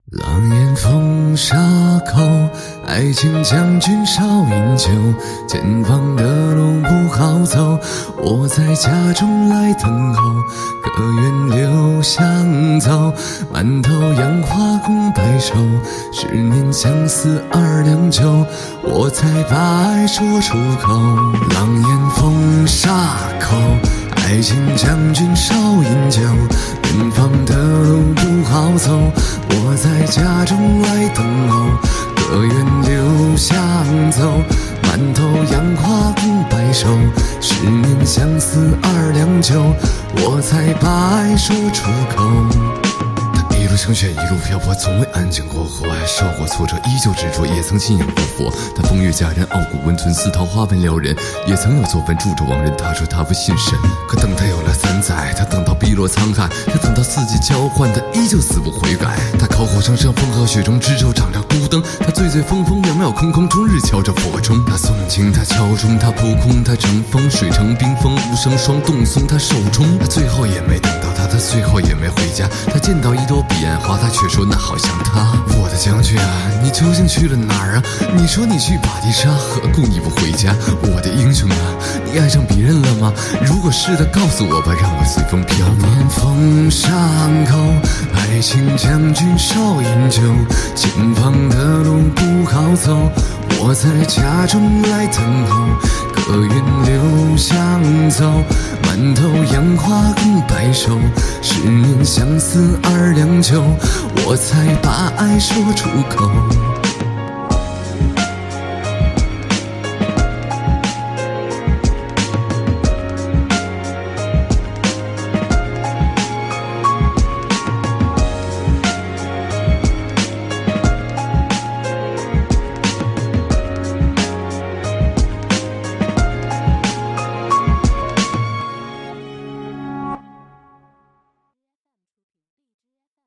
狼烟风沙口，爱情将军少饮酒。前方的路不好走，我在家中来等候。隔远留香走，满头杨花共白首。10年相思2两酒，我才把爱说出口。狼烟风沙口，爱情将军少饮酒。远方的路不好走，我在家中来等候。隔远留香走，满头杨花共白首。10年相思2两酒，我才把爱说出口。一路升学，一路漂泊，从未安静过。后来受过挫折，依旧执着，也曾信仰过佛。他风月佳人，傲骨温存，似桃花般撩人。也曾有作伴住着亡人，他说他不信神。可等他有了3载，他等到碧落沧海，他等到四季交换，他依旧死不悔改。他烤火上升，风和雪中，执手掌着孤灯。他醉醉风风，渺渺空空，终日敲着佛钟。他诵经，他敲钟，他扑空，他乘风，水成冰封，无声霜冻松，他手中。他最后也没等到他最后也没回家。他见到一朵彼岸花，他却说那好像他。我的将军啊，你究竟去了哪儿啊？你说你去巴迪沙，何故你不回家？我的英雄啊，你爱上别人了吗？如果是的，告诉我吧，让我随风飘吧。年风上口，爱情将军少饮酒。前方的路不好走，我在家中来等候。隔远留香走，满头杨花共白首。10年相思2两酒，我才把爱说出口。